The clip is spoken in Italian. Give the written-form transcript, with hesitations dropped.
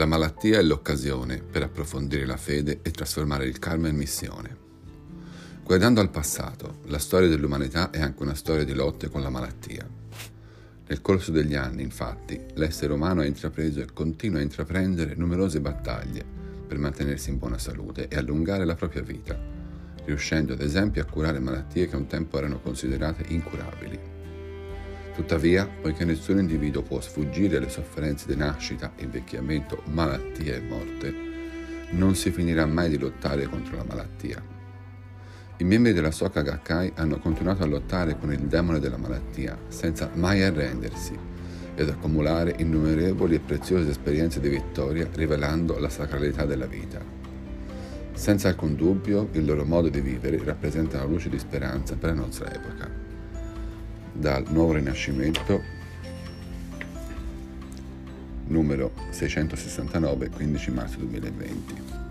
La malattia è l'occasione per approfondire la fede e trasformare il karma in missione. Guardando al passato, la storia dell'umanità è anche una storia di lotte con la malattia. Nel corso degli anni, infatti, l'essere umano ha intrapreso e continua a intraprendere numerose battaglie per mantenersi in buona salute e allungare la propria vita, riuscendo ad esempio a curare malattie che un tempo erano considerate incurabili. Tuttavia, poiché nessun individuo può sfuggire alle sofferenze di nascita, invecchiamento, malattia e morte, non si finirà mai di lottare contro la malattia. I membri della Soka Gakkai hanno continuato a lottare con il demone della malattia, senza mai arrendersi, ed accumulare innumerevoli e preziose esperienze di vittoria, rivelando la sacralità della vita. Senza alcun dubbio, il loro modo di vivere rappresenta una luce di speranza per la nostra epoca. Dal Nuovo Rinascimento, numero 669, 15 marzo 2020.